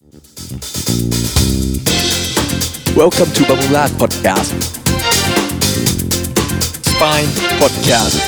Welcome to Bambulat Podcast Spine Podcast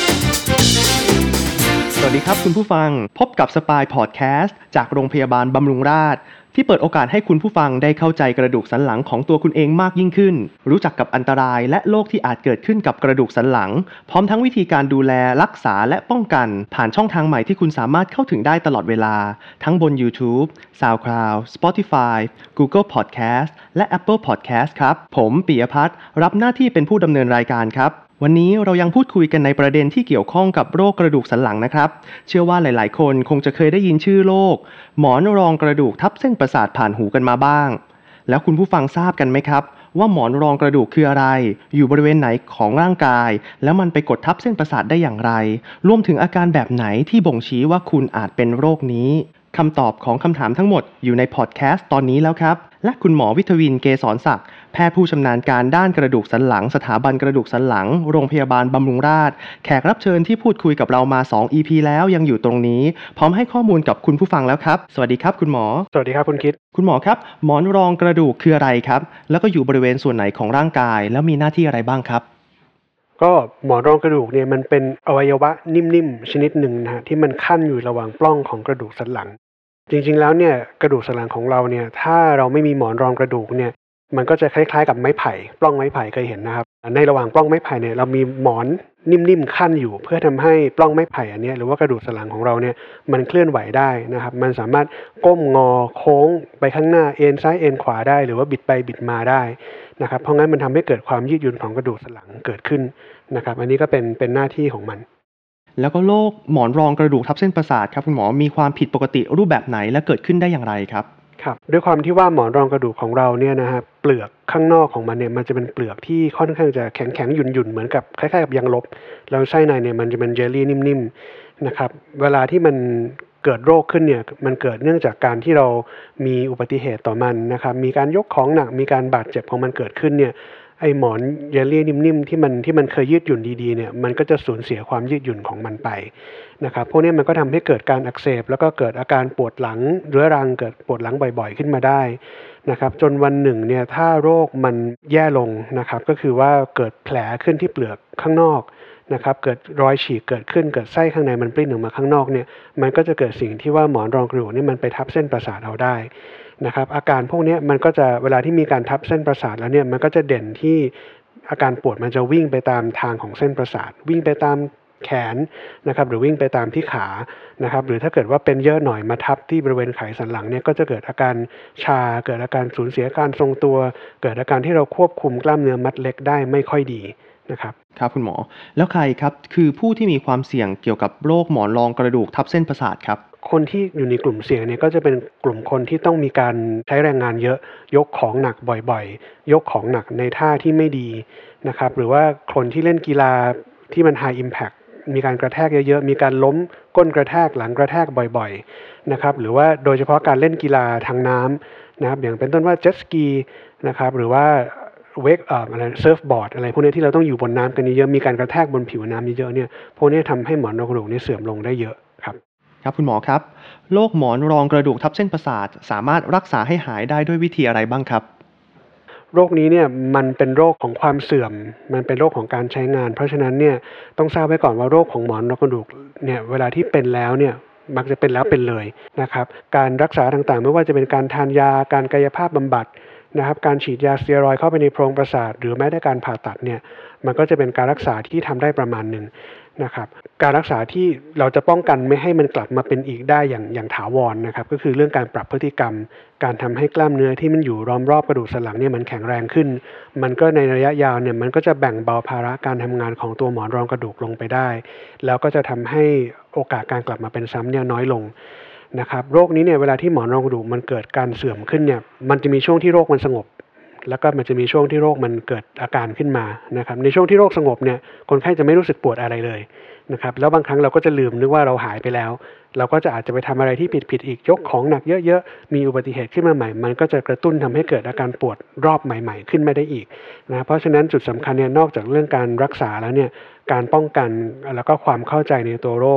สวัสดีครับคุณผู้ฟังพบกับสปายพอดแคสต์จากโรงพยาบาลบำรุงราษฎร์ที่เปิดโอกาสให้คุณผู้ฟังได้เข้าใจกระดูกสันหลังของตัวคุณเองมากยิ่งขึ้นรู้จักกับอันตรายและโรคที่อาจเกิดขึ้นกับกระดูกสันหลังพร้อมทั้งวิธีการดูแลรักษาและป้องกันผ่านช่องทางใหม่ที่คุณสามารถเข้าถึงได้ตลอดเวลาทั้งบน YouTube, SoundCloud, Spotify, Google Podcast และ Apple Podcast ครับผมปิยพัฒน์รับหน้าที่เป็นผู้ดำเนินรายการครับวันนี้เรายังพูดคุยกันในประเด็นที่เกี่ยวข้องกับโรคกระดูกสันหลังนะครับเชื่อว่าหลายๆคนคงจะเคยได้ยินชื่อโรคหมอนรองกระดูกทับเส้นประสาทผ่านหูกันมาบ้างแล้วคุณผู้ฟังทราบกันไหมครับว่าหมอนรองกระดูกคืออะไรอยู่บริเวณไหนของร่างกายแล้วมันไปกดทับเส้นประสาทได้อย่างไรรวมถึงอาการแบบไหนที่บ่งชี้ว่าคุณอาจเป็นโรคนี้คำตอบของคำถามทั้งหมดอยู่ในพอดแคสต์ตอนนี้แล้วครับและคุณหมอวิทวินเกษรศักดิ์แพทย์ผู้ชำนาญการด้านกระดูกสันหลังสถาบันกระดูกสันหลังโรงพยาบาลบำรุงราษฎร์แขกรับเชิญที่พูดคุยกับเรามา2 EP แล้วยังอยู่ตรงนี้พร้อมให้ข้อมูลกับคุณผู้ฟังแล้วครับสวัสดีครับคุณหมอสวัสดีครับคุณคิดคุณหมอครับหมอนรองกระดูกคืออะไรครับแล้วก็อยู่บริเวณส่วนไหนของร่างกายแล้วมีหน้าที่อะไรบ้างครับก็หมอนรองกระดูกเนี่ยมันเป็นอวัยวะนิ่มๆชนิดหนึ่งนะฮะที่มันขั้นอยู่ระหว่างปล้องของกระดูกสันหลังจริงๆแล้วเนี่ยกระดูกสันหลังของเราเนี่ยถ้าเราไม่มีหมอนรองกระดูกเนี่ยมันก็จะคล้ายๆกับไม้ไผ่ปล้องไม้ไผ่เคยเห็นนะครับในระหว่างปล้องไม้ไผ่เนี่ยเรามีหมอนนิ่มๆขั้นอยู่เพื่อทำให้ปล้องไม้ไผ่อันนี้หรือว่ากระดูกสันหลังของเราเนี่ยมันเคลื่อนไหวได้นะครับมันสามารถก้มงอโค้งไปข้างหน้าเอ็นซ้ายเอ็นขวาได้หรือว่าบิดไปบิดมาได้นะครับเพราะงั้นมันทำให้เกิดความยืดหยุ่นของกระดูกสันหลังเกิดขึ้นนะครับอันนี้ก็เป็นหน้าที่ของมันแล้วก็โรคหมอนรองกระดูกทับเส้นประสาทครับคุณหมอมีความผิดปกติรูปแบบไหนและเกิดขึ้นได้อย่างไรครับครับด้วยความที่ว่าหมอนรองกระดูกของเราเนี่ยนะฮะเปลือกข้างนอกของมันเนี่ยมันจะเป็นเปลือกที่ค่อนข้างจะแข็งๆหยุ่นๆเหมือนกับคล้ายๆกับยางลบแล้วไส้ในเนี่ยมันจะเป็นเจลลี่นิ่มๆนะครับเวลาที่มันเกิดโรคขึ้นเนี่ยมันเกิดเนื่องจากการที่เรามีอุบัติเหตุต่อมันนะครับมีการยกของหนักมีการบาดเจ็บของมันเกิดขึ้นเนี่ยไอหมอนเยลลี่นิ่มๆที่มันเคยยืดหยุ่นดีๆเนี่ยมันก็จะสูญเสียความยืดหยุ่นของมันไปนะครับพวกนี้มันก็ทำให้เกิดการอักเสบแล้วก็เกิดอาการปวดหลังเรื้อรังเกิดปวดหลังบ่อยๆขึ้นมาได้นะครับจนวันหนึ่งเนี่ยถ้าโรคมันแย่ลงนะครับก็คือว่าเกิดแผลขึ้นที่เปลือกข้างนอกนะครับเกิดรอยฉีกเกิดขึ้นเกิดไส้ข้างในมันปลิ้นออกมาข้างนอกเนี่ยมันก็จะเกิดสิ่งที่ว่าหมอนรองกระดูกนี่มันไปทับเส้นประสาทเอาได้นะครับอาการพวกนี้มันก็จะเวลาที่มีการทับเส้นประสาทแล้วเนี่ยมันก็จะเด่นที่อาการปวดมันจะวิ่งไปตามทางของเส้นประสาทวิ่งไปตามแขนนะครับหรือวิ่งไปตามที่ขานะครับหรือถ้าเกิดว่าเป็นเยอะหน่อยมาทับที่บริเวณไขสันหลังเนี่ยก็จะเกิดอาการชาเกิดอาการสูญเสียการทรงตัวเกิดอาการที่เราควบคุมกล้ามเนื้อมัดเล็กได้ไม่ค่อยดีนะครับครับคุณหมอแล้วใครครับคือผู้ที่มีความเสี่ยงเกี่ยวกับโรคหมอนรองกระดูกทับเส้นประสาทครับคนที่อยู่ในกลุ่มเสี่ยงเนี่ยก็จะเป็นกลุ่มคนที่ต้องมีการใช้แรงงานเยอะยกของหนักบ่อยๆยกของหนักในท่าที่ไม่ดีนะครับหรือว่าคนที่เล่นกีฬาที่มัน high impact มีการกระแทกเยอะๆมีการล้มก้นกระแทกหลังกระแทกบ่อยๆนะครับหรือว่าโดยเฉพาะการเล่นกีฬาทางน้ำนะครับอย่างเป็นต้นว่าเจ็ตสกีนะครับหรือว่าเวกอะไรเซิร์ฟบอร์ดอะไรพวกนี้ที่เราต้องอยู่บนน้ำกันเยอะๆมีการกระแทกบนผิวน้ำเยอะๆเนี่ยพวกนี้ทำให้หมอนรองกระดูกนี่เสื่อมลงได้เยอะครับครับคุณหมอครับโรคหมอนรองกระดูกทับเส้นประสาทสามารถรักษาให้หายได้ด้วยวิธีอะไรบ้างครับโรคนี้เนี่ยมันเป็นโรคของความเสื่อมมันเป็นโรคของการใช้งานเพราะฉะนั้นเนี่ยต้องทราบไว้ก่อนว่าโรคของหมอนรองกระดูกเนี่ยเวลาที่เป็นแล้วเนี่ยมักจะเป็นแล้วเป็นเลยนะครับการรักษาต่างๆไม่ว่าจะเป็นการทานยาการกายภาพบำบัดนะครับการฉีดยาสเตียรอยด์เข้าไปในโพรงประสาทหรือแม้แต่การผ่าตัดเนี่ยมันก็จะเป็นการรักษาที่ทำได้ประมาณหนึ่งนะครับการรักษาที่เราจะป้องกันไม่ให้มันกลับมาเป็นอีกได้อย่างถาวรนะครับก็คือเรื่องการปรับพฤติกรรมการทำให้กล้ามเนื้อที่มันอยู่ล้อมรอบกระดูกสันหลังเนี่ยมันแข็งแรงขึ้นมันก็ในระยะยาวเนี่ยมันก็จะแบ่งเบาภาระการทำงานของตัวหมอนรองกระดูกลงไปได้แล้วก็จะทำให้โอกาสการกลับมาเป็นซ้ำเนี่ยน้อยลงนะครับโรคนี้เนี่ยเวลาที่หมอนรองกระดูกมันเกิดการเสื่อมขึ้นเนี่ยมันจะมีช่วงที่โรคมันสงบแล้วก็มันจะมีช่วงที่โรคมันเกิดอาการขึ้นมานะครับในช่วงที่โรคสงบเนี่ยคนไข้จะไม่รู้สึกปวดอะไรเลยนะครับแล้วบางครั้งเราก็จะลืมนึกว่าเราหายไปแล้วเราก็จะอาจจะไปทำอะไรที่ผิดอีกยกของหนักเยอะๆมีอุบัติเหตุขึ้นมาใหม่มันก็จะกระตุ้นทำให้เกิดอาการปวดรอบใหม่ๆขึ้นมาได้อีกนะเพราะฉะนั้นจุดสำคัญเนี่ยนอกจากเรื่องการรักษาแล้วเนี่ยการป้องกันแล้วก็ความเข้าใจในตัวโรค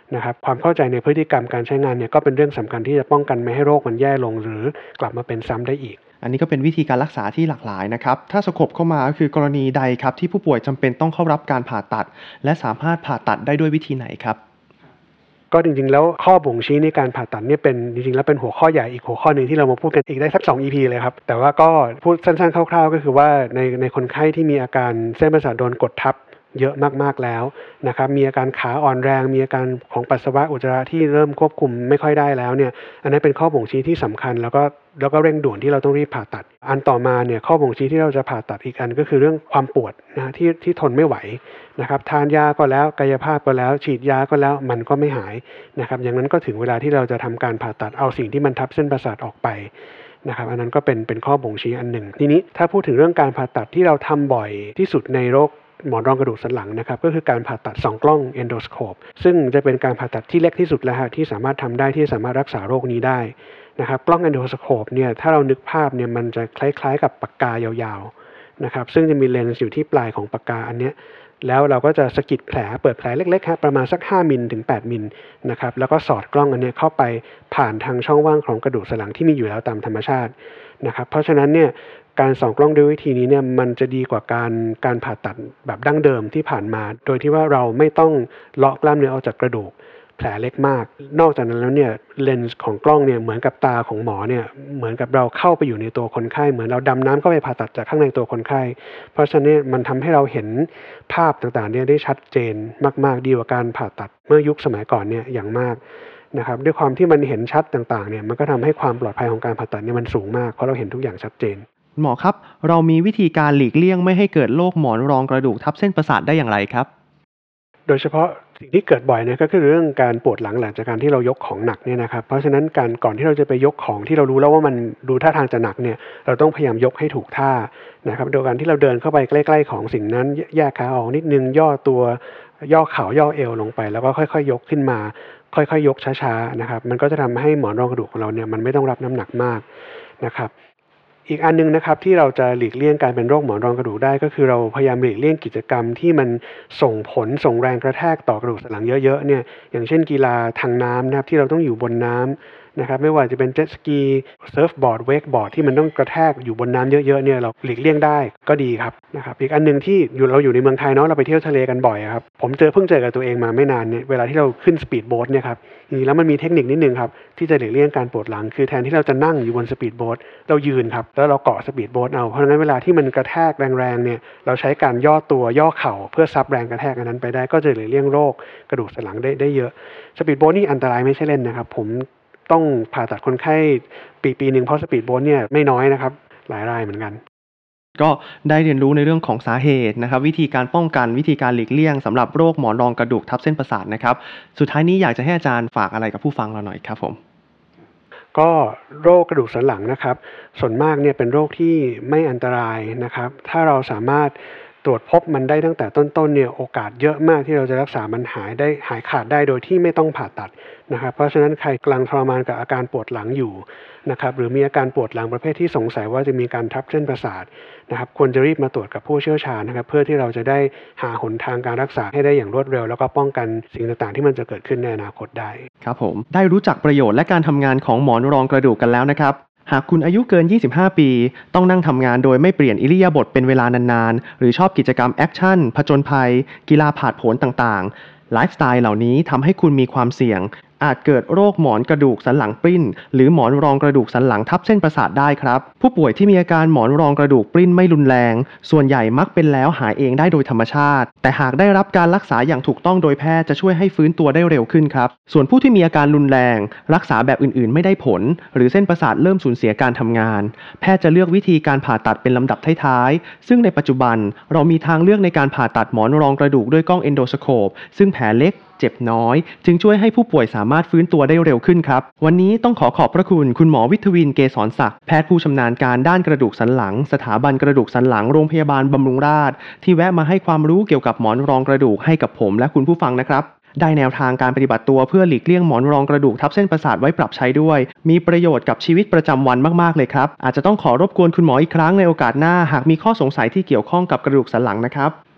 นะครับความเข้าใจในพฤติกรรมการใช้งานเนี่ยก็เป็นเรื่องสำคัญที่จะป้องกันไม่ให้โรคมันแย่ลงหรือกลับมาเป็นซ้ำได้อีกอันนี้ก็เป็นวิธีการรักษาที่หลากหลายนะครับถ้าสกบเข้ามาก็คือกรณีใดครับที่ผู้ป่วยจำเป็นต้องเข้ารับการผ่าตัดและสามารถผ่าตัดได้ด้วยวิธีไหนครับก็จริงๆแล้วข้อบ่งชี้ในการผ่าตัดเนี่ยเป็นจริงๆแล้วเป็นหัวข้อใหญ่อีกหัวข้อหนึ่งที่เรามาพูดกันอีกได้สัก2 EP เลยครับแต่ว่าก็พูดสั้นๆคร่าวๆก็คือว่าในคนไข้ที่มีอาการเส้นประสาทโดนกดทับเยอะมากๆแล้วนะครับมีอาการขาอ่อนแรงมีอาการของปัสสาวะอุจจาระที่เริ่มควบคุมไม่ค่อยได้แล้วเนี่ยอันนั้นเป็นข้อบ่งชี้ที่สำคัญแล้วก็เร่งด่วนที่เราต้องรีบผ่าตัดอันต่อมาเนี่ยข้อบ่งชี้ที่เราจะผ่าตัดอีกอันก็คือเรื่องความปวดนะที่ทนไม่ไหวนะครับทานยาก็แล้วกายภาพก็แล้วฉีดยาก็แล้วมันก็ไม่หายนะครับอย่างนั้นก็ถึงเวลาที่เราจะทำการผ่าตัดเอาสิ่งที่มันทับเส้นประสาทออกไปนะครับอันนั้นก็เป็นข้อบ่งชี้อันหนึ่งทีนี้ถ้าพูดถึงเรื่องการผ่าตัดที่เราทำบ่อยที่สุดในโรคหมอนรองกระดูกสันหลังนะครับก็คือการผ่าตัด2 กล้อง endoscope ซึ่งจะเป็นการผ่าตัดที่เล็กที่สุดแล้วที่สามารถทำได้ที่สามารถรักษาโรคนี้ได้นะครับกล้อง endoscope เนี่ยถ้าเรานึกภาพเนี่ยมันจะคล้ายๆกับปากกายาวๆนะครับซึ่งจะมีเลนส์อยู่ที่ปลายของปากกาอันเนี้ยแล้วเราก็จะสะกิดแผลเปิดแผลเล็กๆครับประมาณสัก5 มิลถึง 8 มิลนะครับแล้วก็สอดกล้องอันนี้เข้าไปผ่านทางช่องว่างของกระดูกสันหลังที่มีอยู่แล้วตามธรรมชาตินะครับเพราะฉะนั้นเนี่ยการส่องกล้องด้วยวิธีนี้เนี่ยมันจะดีกว่าการผ่าตัดแบบดั้งเดิมที่ผ่านมาโดยที่ว่าเราไม่ต้องเลาะกล้ามเนื้อออกจากกระดูกแผลเล็กมากนอกจากนั้นแล้วเนี่ยเลนส์ของกล้องเนี่ยเหมือนกับตาของหมอเนี่ยเหมือนกับเราเข้าไปอยู่ในตัวคนไข้เหมือนเราดำน้ำเข้าไปผ่าตัดจากข้างในตัวคนไข้เพราะฉะนั้นมันทำให้เราเห็นภาพต่างๆเนี่ยได้ชัดเจนมากๆดีกว่าการผ่าตัดเมื่อยุคสมัยก่อนเนี่ยอย่างมากนะครับด้วยความที่มันเห็นชัดต่างๆเนี่ยมันก็ทำให้ความปลอดภัยของการผ่าตัดเนี่ยมันสูงมากเพราะเราเห็นทุกอย่างชัดเจนหมอครับเรามีวิธีการหลีกเลี่ยงไม่ให้เกิดโรคหมอนรองกระดูกทับเส้นประสาทได้อย่างไรครับโดยเฉพาะสิ่งที่เกิดบ่อยเนี่ยก็คือเรื่องการปวดหลังจากการที่เรายกของหนักเนี่ยนะครับเพราะฉะนั้นก่อนที่เราจะไปยกของที่เรารู้แล้วว่ามันดูท่าทางจะหนักเนี่ยเราต้องพยายามยกให้ถูกท่านะครับโดยการที่เราเดินเข้าไปใกล้ๆของสิ่งนั้นแยกขาออกนิดนึงย่อตัวย่อเข่าย่อเอวลงไปแล้วก็ค่อยๆยกขึ้นมาค่อยๆยกช้าๆนะครับมันก็จะทำให้หมอนรองกระดูกของเราเนี่ยมันไม่ต้องรับน้ำหนักมากนะครับอีกอันนึงนะครับที่เราจะหลีกเลี่ยงการเป็นโรคหมอนรองกระดูกได้ก็คือเราพยายามหลีกเลี่ยงกิจกรรมที่มันส่งแรงกระแทกต่อกระดูกสันหลังเยอะๆเนี่ยอย่างเช่นกีฬาทางน้ำนะครับที่เราต้องอยู่บนน้ำนะครับไม่ว่าจะเป็นเจ็ตสกีเซิร์ฟบอร์ดเวกบอร์ดที่มันต้องกระแทกอยู่บนน้ำเยอะๆเนี่ยเราหลีกเลี่ยงได้ก็ดีครับนะครับอีกอันนึงที่เราอยู่ในเมืองไทยเนาะเราไปเที่ยวทะเลกันบ่อยครับผมเพิ่งเจอกับตัวเองมาไม่นานเนี่ยเวลาที่เราขึ้นสปีดโบ๊ทเนี่ยครับแล้วมันมีเทคนิคนิดนึงครับที่จะหลีกเลี่ยงการปวดหลังคือแทนที่เราจะนั่งอยู่บนสปีดโบ๊ทเรายืนครับแล้วเราเกาะสปีดโบ๊ทเอาเพราะฉะนั้นเวลาที่มันกระแทกแรงๆเนี่ยเราใช้การย่อตัวย่อเข่าเพื่อซับแรงกระแทกอันนั้นไปได้ก็จะหลีกเลี่ยงโรคกระดูกสันหลังได้เยอะสปีดโบ๊ทนี่อันตรายไม่ใช่เล่นนะครับผมต้องผ่าตัดคนไข้ปีนึงเพราะสปีดโบ๊ทเนี่ยไม่น้อยนะครับหลายรายเหมือนกันก็ได้เรียนรู้ในเรื่องของสาเหตุนะครับวิธีการป้องกันวิธีการหลีกเลี่ยงสำหรับโรคหมอนรองกระดูกทับเส้นประสาทนะครับสุดท้ายนี้อยากจะให้อาจารย์ฝากอะไรกับผู้ฟังเราหน่อยครับผมก็โรคกระดูกสันหลังนะครับส่วนมากเนี่ยเป็นโรคที่ไม่อันตรายนะครับถ้าเราสามารถตรวจพบมันได้ตั้งแต่ต้นๆเนี่ยโอกาสเยอะมากที่เราจะรักษามันหายขาดได้โดยที่ไม่ต้องผ่าตัดนะครับเพราะฉะนั้นใครกำลังทรมานกับอาการปวดหลังอยู่นะครับหรือมีอาการปวดหลังประเภทที่สงสัยว่าจะมีการทับเส้นประสาทนะครับควรจะรีบมาตรวจกับผู้เชี่ยวชาญนะครับเพื่อที่เราจะได้หาหนทางการรักษาให้ได้อย่างรวดเร็วแล้วก็ป้องกันสิ่งต่างๆที่มันจะเกิดขึ้นในอนาคตได้ครับผมได้รู้จักประโยชน์และการทำงานของหมอนรองกระดูกกันแล้วนะครับหากคุณอายุเกิน25 ปีต้องนั่งทำงานโดยไม่เปลี่ยนอิริยาบถเป็นเวลานานๆหรือชอบกิจกรรมแอคชั่นผจญภัยกีฬาผาดโผนต่างๆไลฟ์สไตล์เหล่านี้ทำให้คุณมีความเสี่ยงอาจเกิดโรคหมอนกระดูกสันหลังปริ้นหรือหมอนรองกระดูกสันหลังทับเส้นประสาทได้ครับผู้ป่วยที่มีอาการหมอนรองกระดูกปริ้นไม่รุนแรงส่วนใหญ่มักเป็นแล้วหายเองได้โดยธรรมชาติแต่หากได้รับการรักษาอย่างถูกต้องโดยแพทย์จะช่วยให้ฟื้นตัวได้เร็วขึ้นครับส่วนผู้ที่มีอาการรุนแรงรักษาแบบอื่นๆไม่ได้ผลหรือเส้นประสาทเริ่มสูญเสียการทำงานแพทย์จะเลือกวิธีการผ่าตัดเป็นลำดับท้ายๆซึ่งในปัจจุบันเรามีทางเลือกในการผ่าตัดหมอนรองกระดูกด้วยกล้องเอนโดสโคปซึ่งแผลเล็กเจ็บน้อยจึงช่วยให้ผู้ป่วยสามารถฟื้นตัวได้เร็วขึ้นครับวันนี้ต้องขอบพระคุณหมอวิทวินเกษรศักดิ์แพทย์ผู้ชำนาญการด้านกระดูกสันหลังสถาบันกระดูกสันหลังโรงพยาบาลบำรุงราษฎร์ที่แวะมาให้ความรู้เกี่ยวกับหมอนรองกระดูกให้กับผมและคุณผู้ฟังนะครับได้แนวทางการปฏิบัติตัวเพื่อหลีกเลี่ยงหมอนรองกระดูกทับเส้นประสาทไว้ปรับใช้ด้วยมีประโยชน์กับชีวิตประจำวันมากๆเลยครับอาจจะต้องขอรบกวนคุณหมออีกครั้งในโอกาสหน้าหากมีข้อสงสัยที่เกี่ยวข้องกับกระดูกสันหลังนะครับ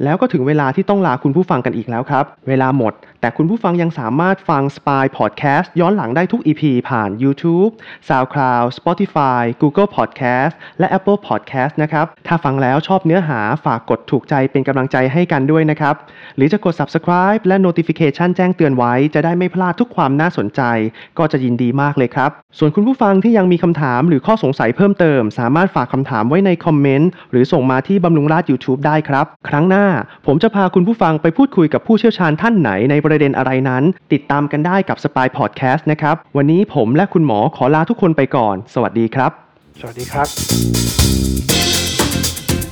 แล้วก็ถึงเวลาที่ต้องลาคุณผู้ฟังกันอีกแล้วครับเวลาหมดแต่คุณผู้ฟังยังสามารถฟัง Spy Podcast ย้อนหลังได้ทุก EP ผ่าน YouTube SoundCloud Spotify Google Podcast และ Apple Podcast นะครับถ้าฟังแล้วชอบเนื้อหาฝากกดถูกใจเป็นกำลังใจให้กันด้วยนะครับหรือจะกด Subscribe และ Notification แจ้งเตือนไว้จะได้ไม่พลาดทุกความน่าสนใจก็จะยินดีมากเลยครับส่วนคุณผู้ฟังที่ยังมีคำถามหรือข้อสงสัยเพิ่มเติมสามารถฝากคำถามไว้ในคอมเมนต์หรือส่งมาที่บำรุงราษฎร์ YouTube ได้ครับครั้งหน้าผมจะพาคุณผู้ฟังไปพูดคุยกับผู้เชี่ยวชาญท่านไหนในประเด็นอะไรนั้นติดตามกันได้กับ Spy Podcast นะครับวันนี้ผมและคุณหมอขอลาทุกคนไปก่อนสวัสดีครับสวัสดีครับ